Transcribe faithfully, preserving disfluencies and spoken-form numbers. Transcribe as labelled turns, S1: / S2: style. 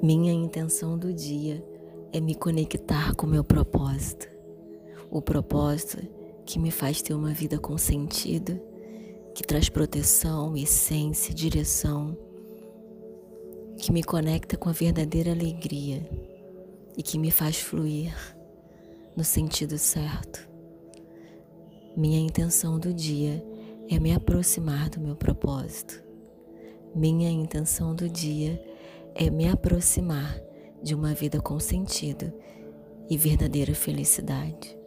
S1: Minha intenção do dia é me conectar com meu propósito. O propósito que me faz ter uma vida com sentido, que traz proteção, essência, direção, que me conecta com a verdadeira alegria e que me faz fluir no sentido certo. Minha intenção do dia é me aproximar do meu propósito. Minha intenção do dia é me aproximar de uma vida com sentido e verdadeira felicidade.